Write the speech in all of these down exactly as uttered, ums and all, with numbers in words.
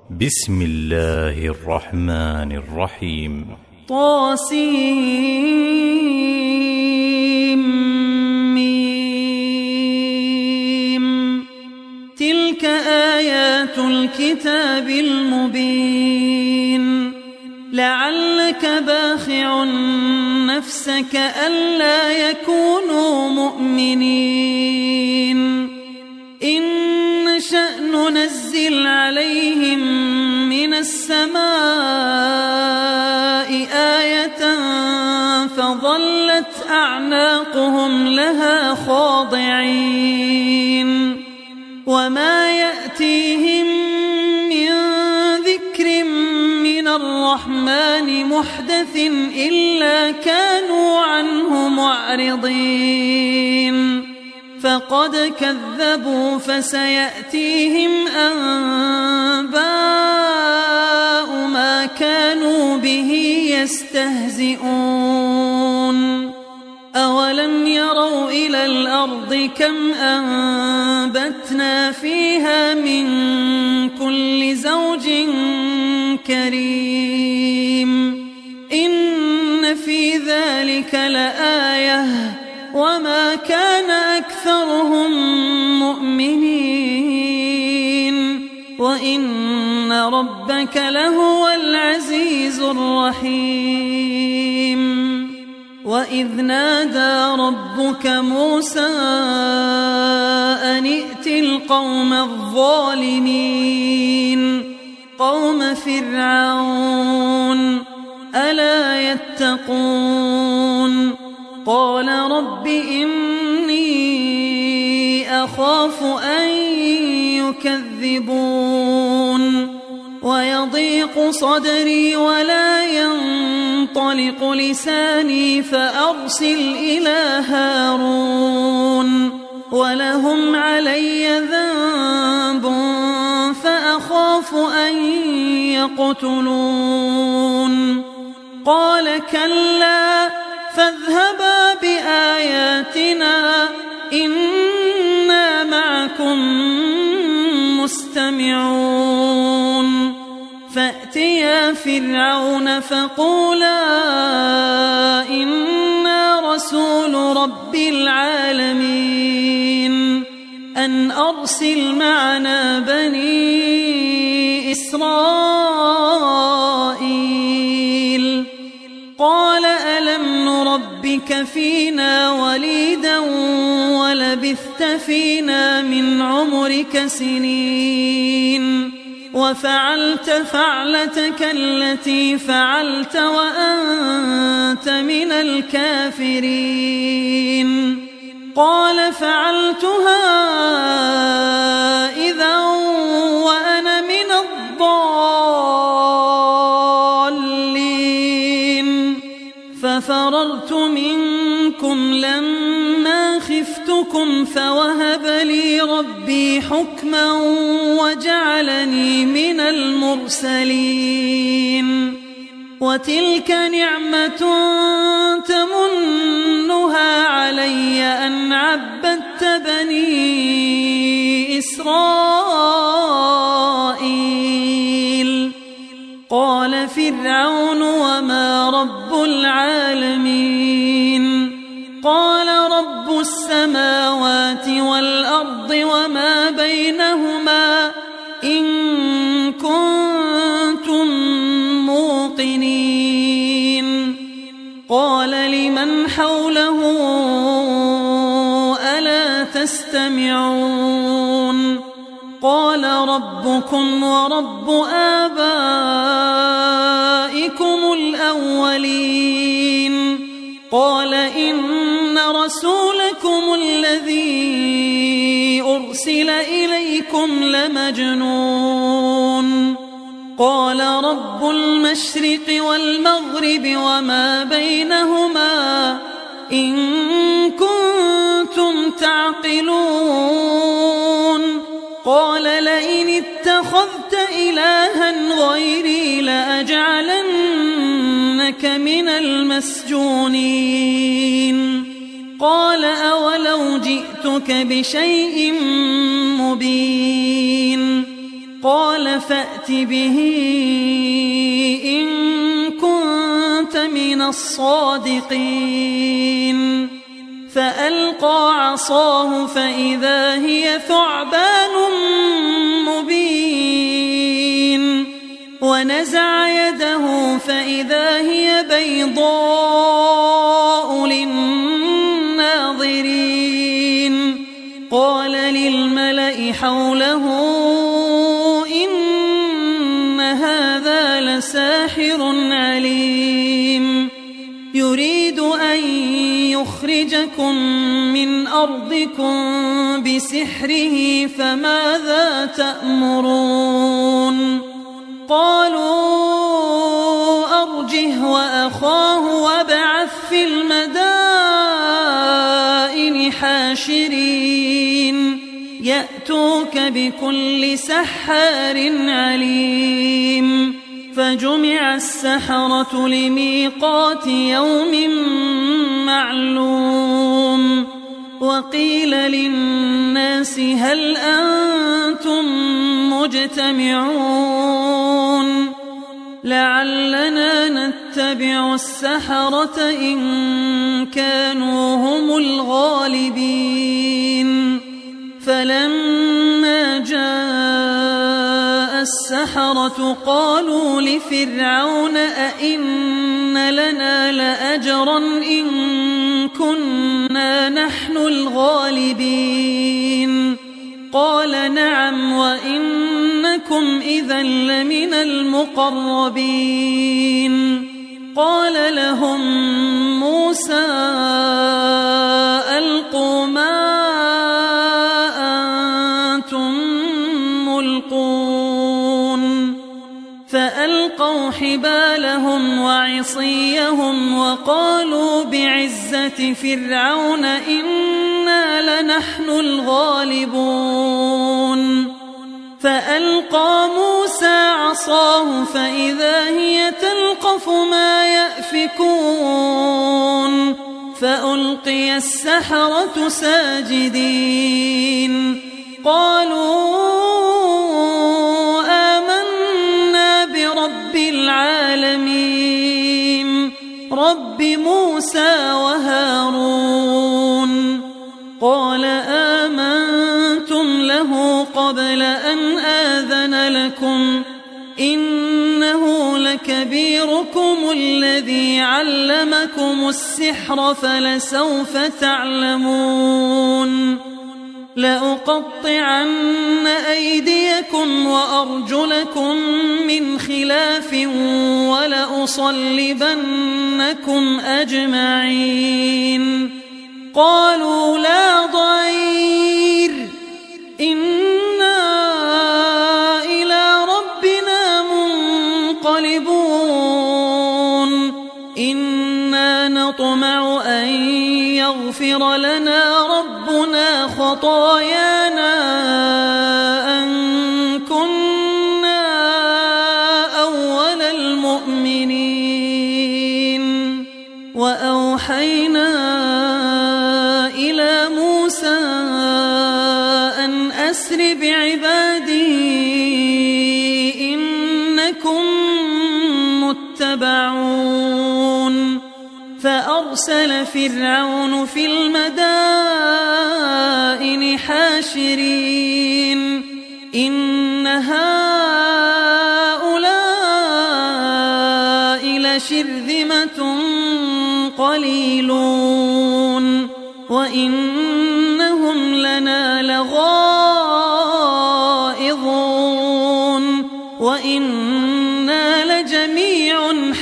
بسم الله الرحمن الرحيم. طاسيم ميم. تلك آيات الكتاب المبين. لعلك باخع نفسك ألا يكونوا مؤمنين. إن نشأ ننزل عليهم من السماء آية فظلت أعناقهم لها خاضعين. وما يأتيهم من ذكر من الرحمن محدث إلا كانوا عنه معرضين. فقد كذبوا فسيأتيهم أنباء ما كانوا به يستهزئون. أولم يروا إلى الأرض كم أنبتنا فيها من كل زوج كريم. إن في ذلك لآية وما كان أكثرهم مؤمنين وإن ربك لهو العزيز الرحيم. وإذ نادى ربك موسى أن ائت القوم الظالمين قوم فرعون ألا يتقون. قال رب إني أخاف أن يكذبون ويضيق صدري ولا ينطلق لساني فأرسل إلى هارون ولهم علي ذنب فأخاف أن يقتلون. قال كلا فاذهبا بآياتنا إنا معكم مستمعون. فأتيا فرعون فقولا إنا رسول رب العالمين أن أرسل معنا بني إسرائيل. قال ألم نربك فينا وليدا ولبثت فينا من عمرك سنين وفعلت فعلتك التي فعلت وأنت من الكافرين. قال فعلتها إذا وأنا من الضالين. ففررت منكم لما خفتكم فوهب لي ربي حكما وجعلني من المرسلين. وتلك نعمة تمنها علي أن عبدت بني إسرائيل. قال فرعون وما رب العالمين. قال رب السماوات والأرض وما بينهما إن كنتم موقنين. قال لمن حوله ألا تستمعون. قال ربكم ورب آبائكم الأولين. قال إن رسولكم الذي أرسل إليكم لمجنون. قال رب المشرق والمغرب وما بينهما إن كنتم تعقلون. قال لئن اتخذت إلها غيري لأجعلنك من المسجونين. قال أولو جئتك بشيء مبين. قال فأت به إن كنت من الصادقين فألقى عصاه فإذا هي ثعبان مبين ونزع يده فإذا هي بيضاء للناظرين قال للملأ حوله إن هذا لساحر عليم يريد أن يخرجكم من أرضكم بسحره فماذا تأمرون قالوا أرجه وأخاه وابعث في المدائن حاشرين يأتوك بكل سحار عليم فجمع السحرة لميقات يوم معلوم وقيل للناس هل أنتم مجتمعون لعلنا نتبع السحرة إن كانوا هم الغالبين فلما جاء السحرة قالوا لفرعون أئن لنا لأجرا إن كنا نحن الغالبين قال نعم وإنكم إذا لمن المقربين قال لهم موسى ألقوا ما أنتم ملقون فألقوا حبالهم وعصيهم وقالوا بعزة فرعون إنا لنحن الغالبون فألقى موسى عصاه فإذا هي تلقف ما يأفكون فألقي السحرة ساجدين قالوا آمنا برب العالمين رب موسى وهارون قال آمنتم له قبل أن آذن لكم إنه لكبيركم الذي علمكم السحر فلسوف تعلمون لأقطعن أيديكم وأرجلكم من خلاف ولأصلبنكم أجمعين قالوا لا ضير إنا إلى ربنا منقلبون إنا نطمع أن يغفر لنا ربنا خطايانا أن كنا أول المؤمنين وأوحينا إلى موسى أن أسر بعبادي إنكم متبعون فأرسل فرعون في المدائن حاشرين إن هؤلاء لشرذمة قليلون وإنهم لنا لغائظون وإنا لجميع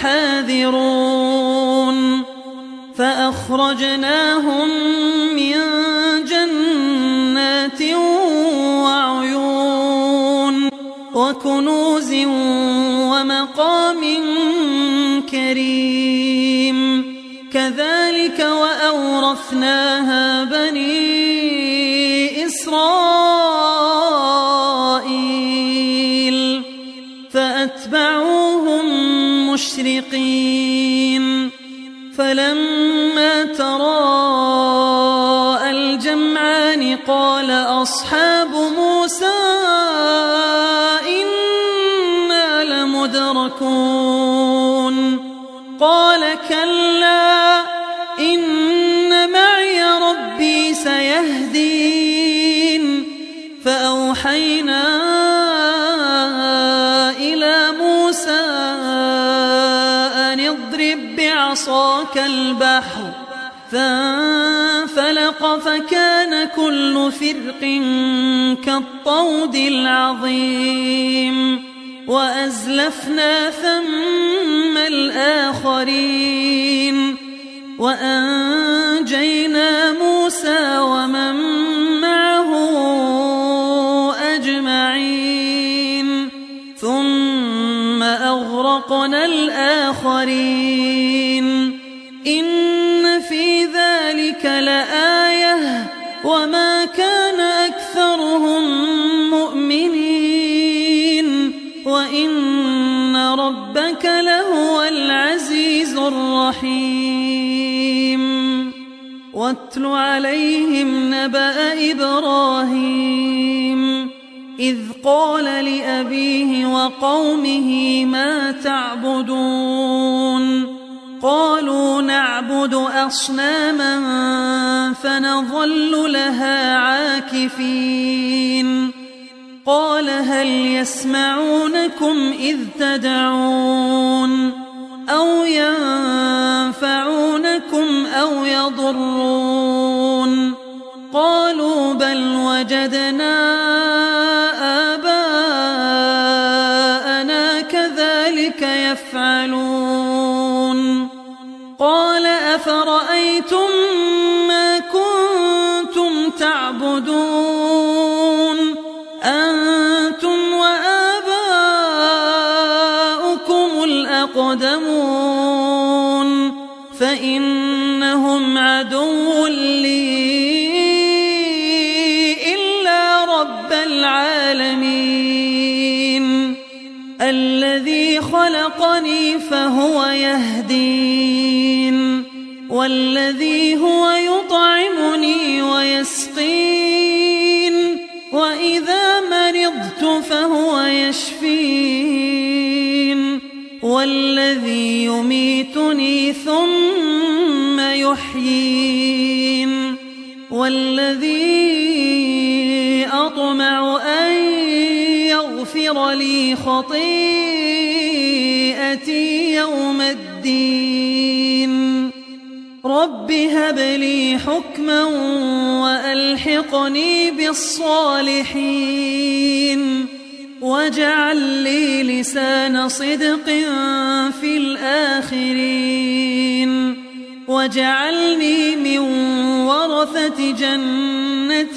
حاذرون فأخرجناهم من جنات وعيون وكنوز ومقام كريم كذلك وأورثناها بني إسرائيل فأتبعوهم مشرقين فلما تراءى الجمعان قال أصحاب موسى يدركون قال كلا إن معي ربي سيهدين فأوحينا إلى موسى أن اضرب بعصاك البحر فانفلق فكان كل فرق كالطود العظيم وأزلفنا ثم الآخرين وأنجينا موسى ومن معه أجمعين ثم أغرقنا الآخرين إن في ذلك لآية وما كان أكثرهم مؤمنين وإن ربك لهو العزيز الرحيم واتل عليهم نبأ إبراهيم إذ قال لأبيه وقومه ما تعبدون قالوا نعبد أصناما فنظل لها عاكفين قال هل يسمعونكم إذ تدعون أو ينفعونكم أو يضرون قالوا بل وجدنا آباءنا كذلك يفعلون قال أفرأيتم ما كنتم تعبدون أنتم وآباؤكم الأقدمون فإنهم عدو لي إلا رب العالمين الذي خلقني فهو يهدين والذي هو يطعمني ويسقين وإذا مرضت فهو يشفين والذي يميتني ثم يحيين والذي أطمع أن يغفر لي خطيئتي يوم الدين رب هب لي حكما وألحقني بالصالحين واجعل لي لسان صدق في الآخرين واجعلني من ورثة جنة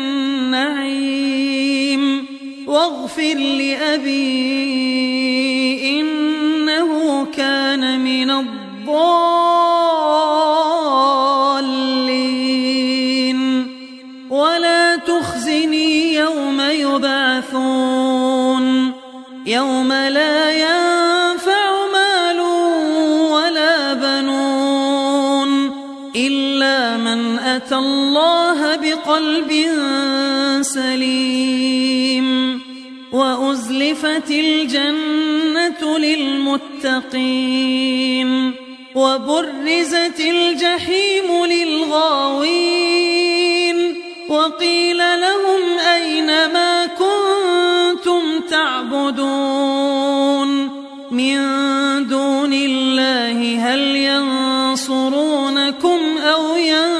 النعيم واغفر لأبي إنه كان من الضالين ولا تخزني يوم يبعثون يوم لا ينفع مال ولا بنون إلا من أتى الله بقلب سليم وأزلفت الجنة للمتقين وبرزت الجحيم للغاوين وقيل لهم أين ما كنتم تعبدون من دون الله هل ينصرونكم أو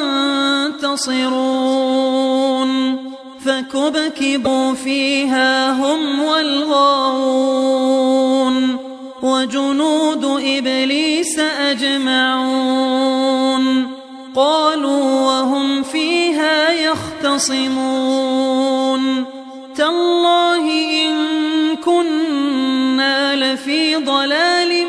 ينتصرون فكبكبوا فيها هم والغاوون وجنود إبليس أجمعون قالوا وهم فيها يختصمون تالله إن كنا لفي ضلال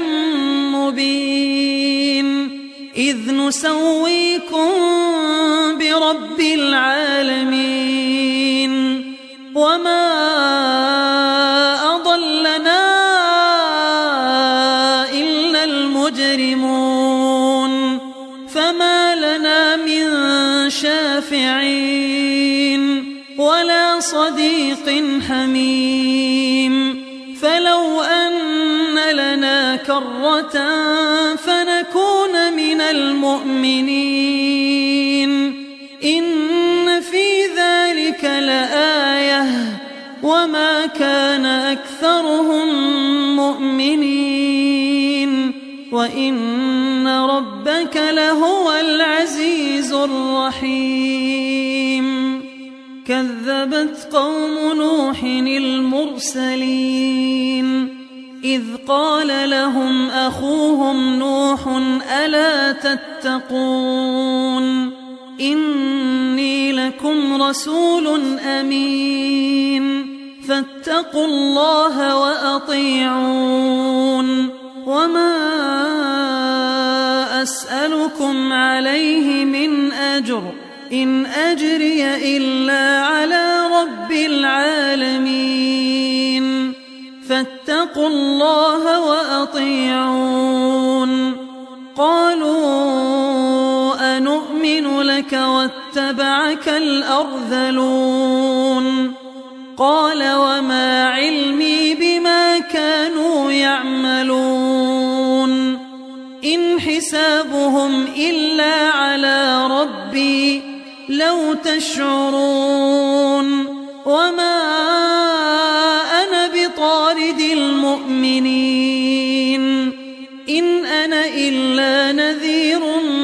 مبين إذ نسويكم برب العالمين وما أضلنا إلا المجرمون فما لنا من شافعين ولا صديق حميم فلو أن لنا كرة فنكون من المؤمنين إن في ذلك لآية وما كان أكثرهم مؤمنين وإن ربك لهو العزيز الرحيم كذبت قوم نوح المرسلين إذ قال لهم أخوهم نوح ألا تتقون إني لكم رسول أمين فاتقوا الله وأطيعون وما أسألكم عليه من أجر إن أجري إلا على رب العالمين فاتقوا الله وأطيعون قالوا أنؤمن لك واتبعك الأرذلون قال وما علمي بما كانوا يعملون إن حسابهم إلا على ربي لو تشعرون وما أنا بطارد المؤمنين إن أنا إلا نذير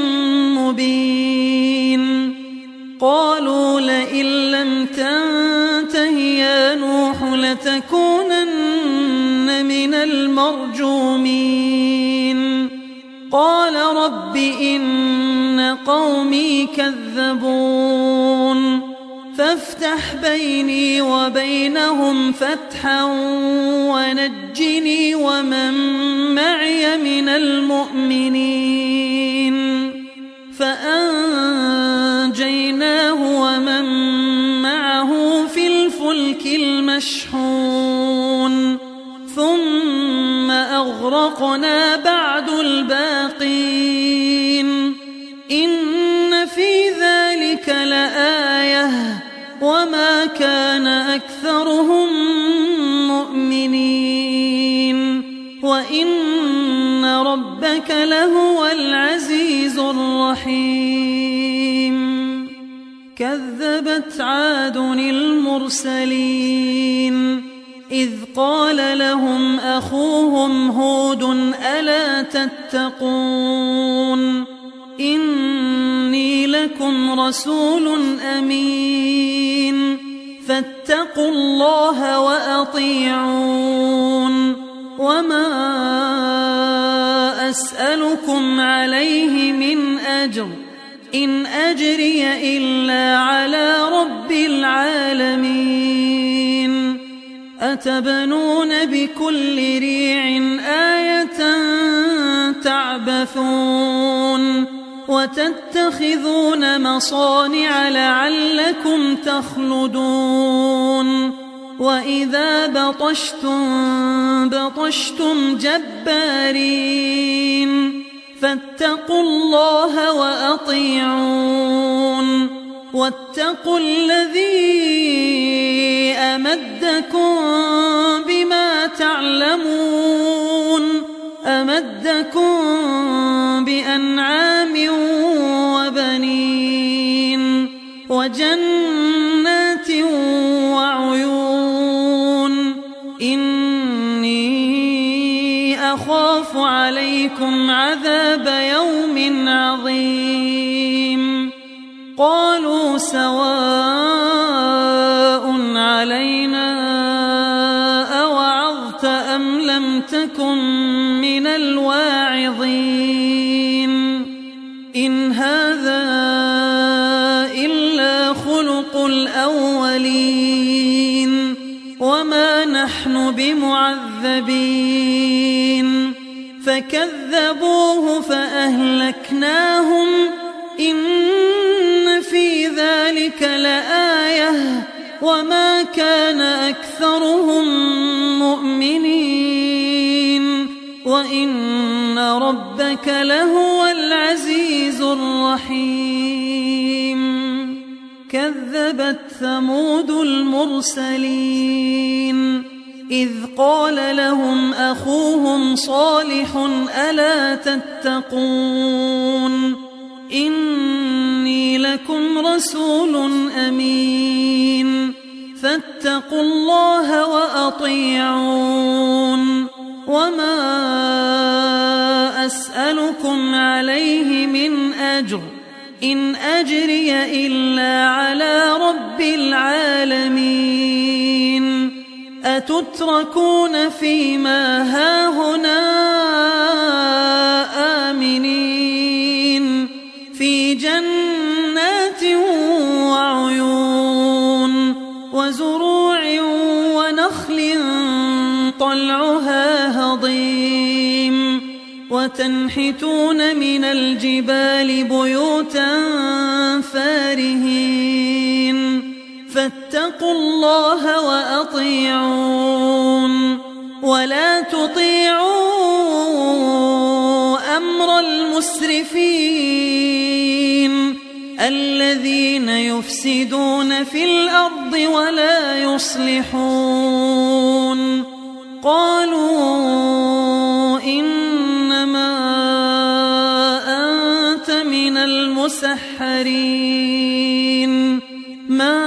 مبين قالوا لئن لم تنته يا نوح لتكونن من المرجومين قال رب إن قومي كذبون فافتح بيني وبينهم فتحا ونجني ومن معي من المؤمنين فأنجيناه ومن معه في الفلك المشحون ثم أغرقنا بعد الباقين إن في ذلك لآية وما كان أكثرهم مؤمنين وإن ربك لهو العزيز الرحيم كذبت عاد المرسلين إذ قال لهم أخوهم هود ألا تتقون إني لكم رسول أمين فاتقوا الله وأطيعون وما أسألكم عليه من أجر إن أجري إلا على رب العالمين أتبنون بكل ريع آية تعبثون وتتخذون مصانع لعلكم تخلدون وإذا بطشتم بطشتم جبارين فاتقوا الله وأطيعون واتقوا الذي أمدكم بما تعلمون أمدكم بأنعام وبنين وجنات وعيون إني أخاف عليكم عذاب يوم عظيم قالوا سواء علينا أوعظت أم لم تكن من الواعظين إن هذا إلا خلق الأولين وما نحن بمعذبين فكذبوه فأهلكناهم إن في ذلك لآية وما كان أكثرهم مؤمنين وإن ربك لهو العزيز الرحيم كذبت ثمود المرسلين إذ قال لهم أخوهم صالح ألا تتقون إني لكم رسول أمين فاتقوا الله وأطيعون وما أسألكم عليه من أجر إن أجري إلا على رب العالمين أتتركون فيما هاهنا آمنين في جنات وعيون وزروع ونخل طلعها هضيم وتنحتون من الجبال بيوتا فارهين فاتقوا الله وأطيعون ولا تطيعوا أمر المسرفين الذين يفسدون في الأرض ولا يصلحون قالوا إنما أنت من المسحرين ما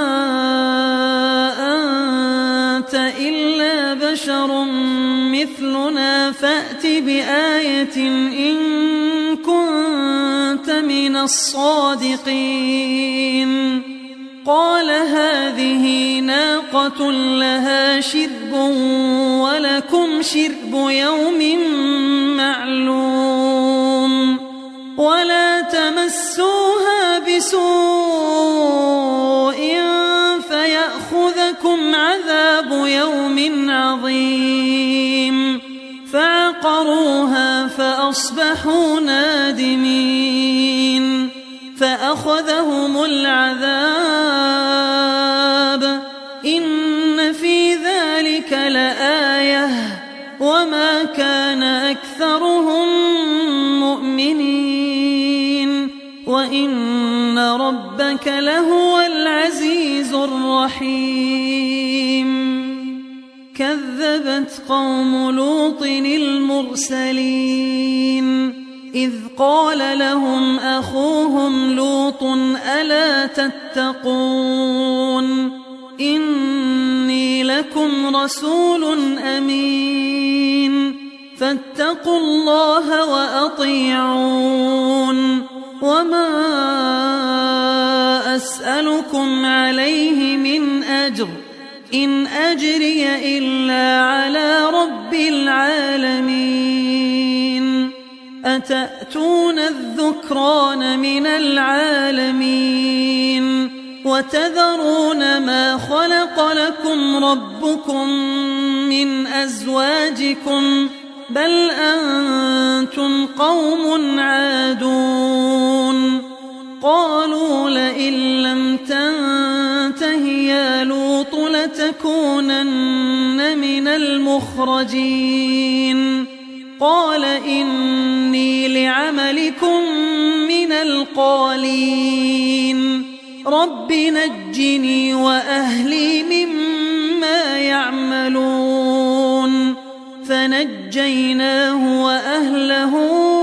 أنت إلا بشر مثلنا فأت بآية إن كنت من الصادقين قال هذه ناقة لها شرب ولكم شرب يوم معلوم ولا تمسوها بسوء فيأخذكم عذاب يوم عظيم فعقروها فأصبحوا نادمين فأخذهم العذاب إن في ذلك لآية وما كان أكثرهم مؤمنين وإن ربك لهو العزيز الرحيم كذبت قوم لوط المرسلين إذ قال لهم أخوهم لوط ألا تتقون إني لكم رسول أمين فاتقوا الله وأطيعون وما أسألكم عليه من أجر إن أجري إلا على رب العالمين أتأتون الذكران من العالمين وتذرون ما خلق لكم ربكم من أزواجكم بل أنتم قوم عادون قالوا لئن لم تنته يا لوط لتكونن من المخرجين قال إني لعملكم من القالين رب نجني وأهلي مما يعملون فنجيناه وأهله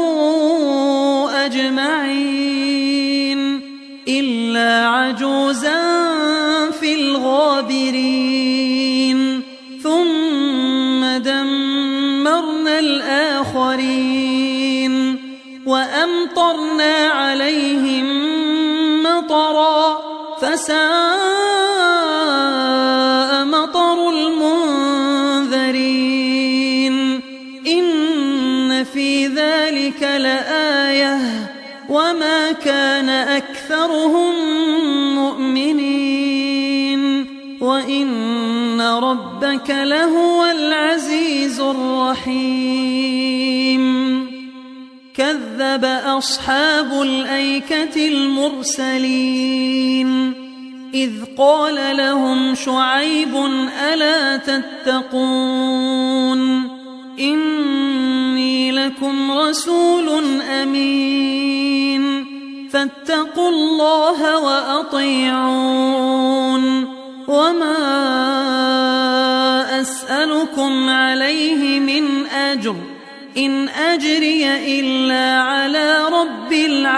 أجمعين إلا عجوزا في الغابرين ثم دمرنا الآخرين وأمطرنا عليهم مطرا فساء مطر المنذرين إن في ذلك لآية وما كان أكثرهم مؤمنين وإن ربك لهو العزيز الرحيم كذب أصحاب الأيكة المرسلين إذ قال لهم شعيب ألا تتقون إني لكم رسول أمين فاتقوا الله وأطيعون وما أسألكم عليه من أجر إن أجري إلا على رب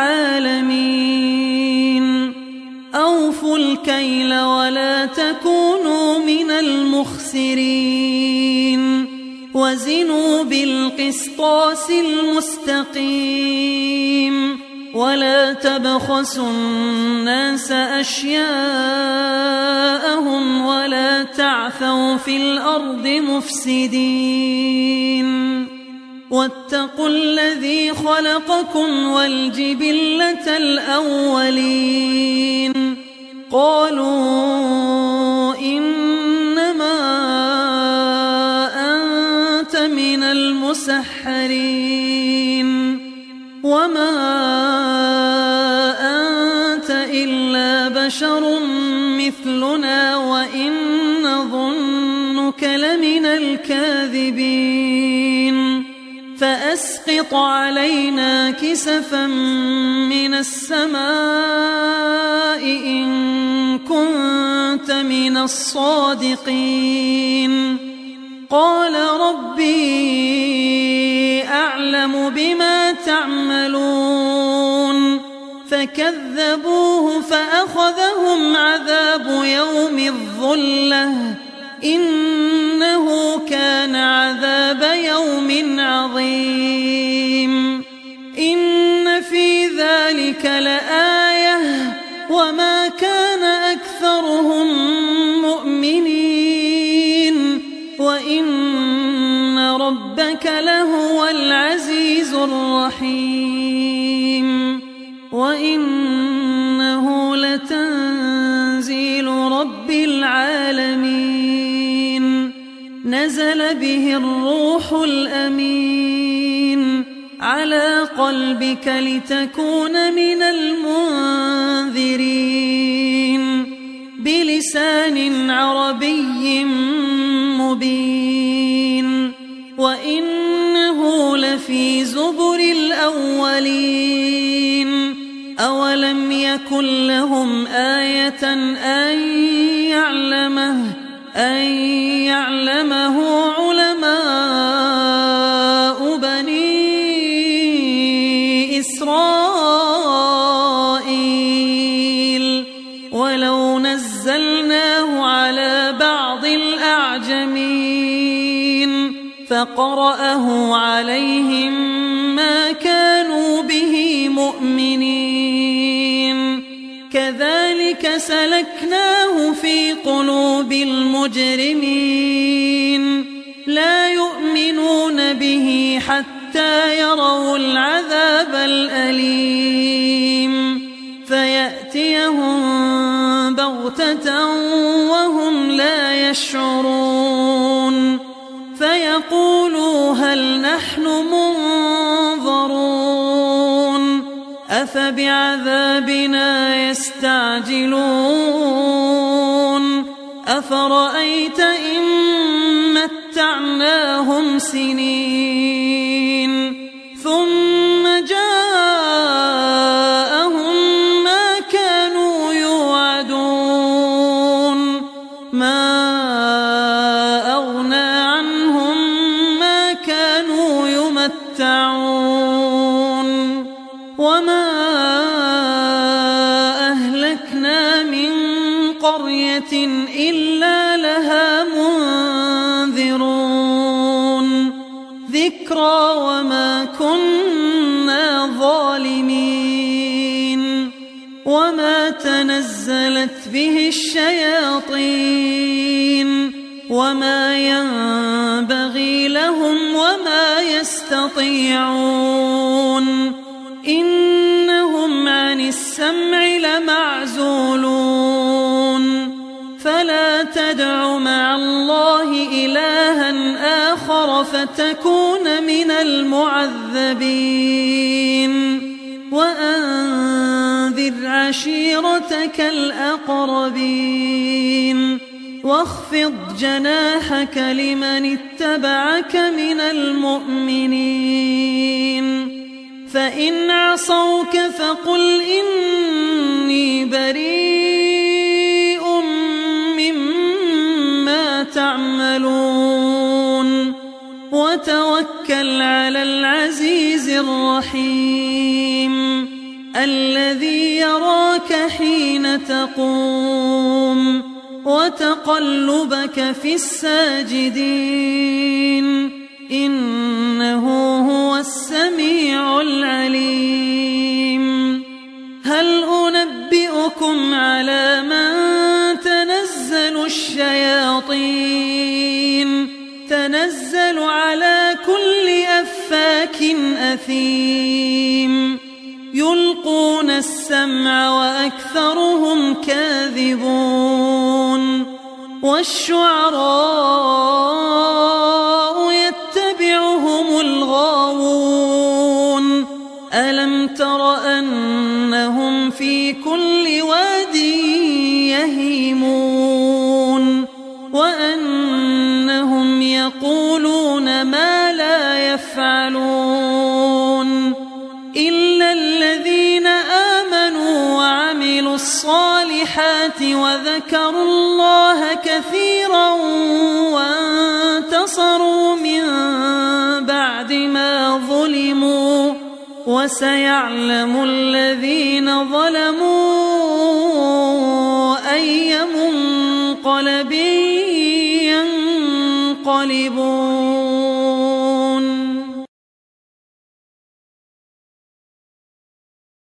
العالمين أوفوا الكيل ولا تكونوا من المخسرين وزنوا بالقسطاس المستقيم ولا تبخسوا الناس أشياءهم ولا تعثوا في الأرض مفسدين واتقوا الذي خلقكم والجبلة الأولين قالوا إنما أنت من المسحرين وما أنت إلا بشر مثلنا وإن نظنك لمن الكاذبين فأسقط علينا كسفا من السماء إن كنت من الصادقين قال ربي أعلم بما تعملون فكذبوه فأخذهم عذاب يوم الظلة إنه كان عذاب يوم عظيم إن في ذلك لآية وما كان أكثرهم مؤمنين وإن ربك لهو العزيز الرحيم وإنه لتنزيل رب العالمين نزل به الروح الأمين على قلبك لتكون من المنذرين بلسان عربي مبين وإنه لفي زبر الأولين أولم يكن لهم آية أن يعلمه أن يعلمه علماء بني إسرائيل ولو نزلناه على بعض الأعجمين فقرأه عليهم ما كانوا به مؤمنين كذلك سلكناه في قلوب المجرمين لا يؤمنون به حتى يروا العذاب الأليم فيأتيهم بغتة وهم لا يشعرون فيقولوا هل نحن منظرون أفبعذابنا يستعجلون أفرأيت إن متعناهم سنين ثم جاءهم ما كانوا يوعدون ما أغنى عنهم ما كانوا يمتعون وما أهلكنا من قرية إلا لها منذرون ذكرى وما كنا ظالمين وما تنزلت به الشياطين وما ينبغي لهم وما يستطيعون إنهم عن السمع لمعزولون فلا تدع مع الله إلها آخر فتكون من المعذبين وأنذر عشيرتك الأقربين واخفض جناحك لمن اتبعك من المؤمنين فإن عصوك فقل إني بريء مما تعملون وتوكل على العزيز الرحيم الذي يراك حين تقوم وتقلبك في الساجدين إنه هو السميع العليم. هل أنبئكم على من تنزل الشياطين تنزل على كل أفاك أثيم يلقون السمع وأكثرهم كاذبون والشعراء يتبعهم الغاوون ألم تر أنهم في كل واد يهيمون وأنهم يقولون ما لا يفعلون إلا الذين آمنوا وعملوا الصالحات وذكروا الله كثيرا وانتصروا من بعد ما ظلموا وسيعلم الذين ظلموا أي منقلب ينقلبون.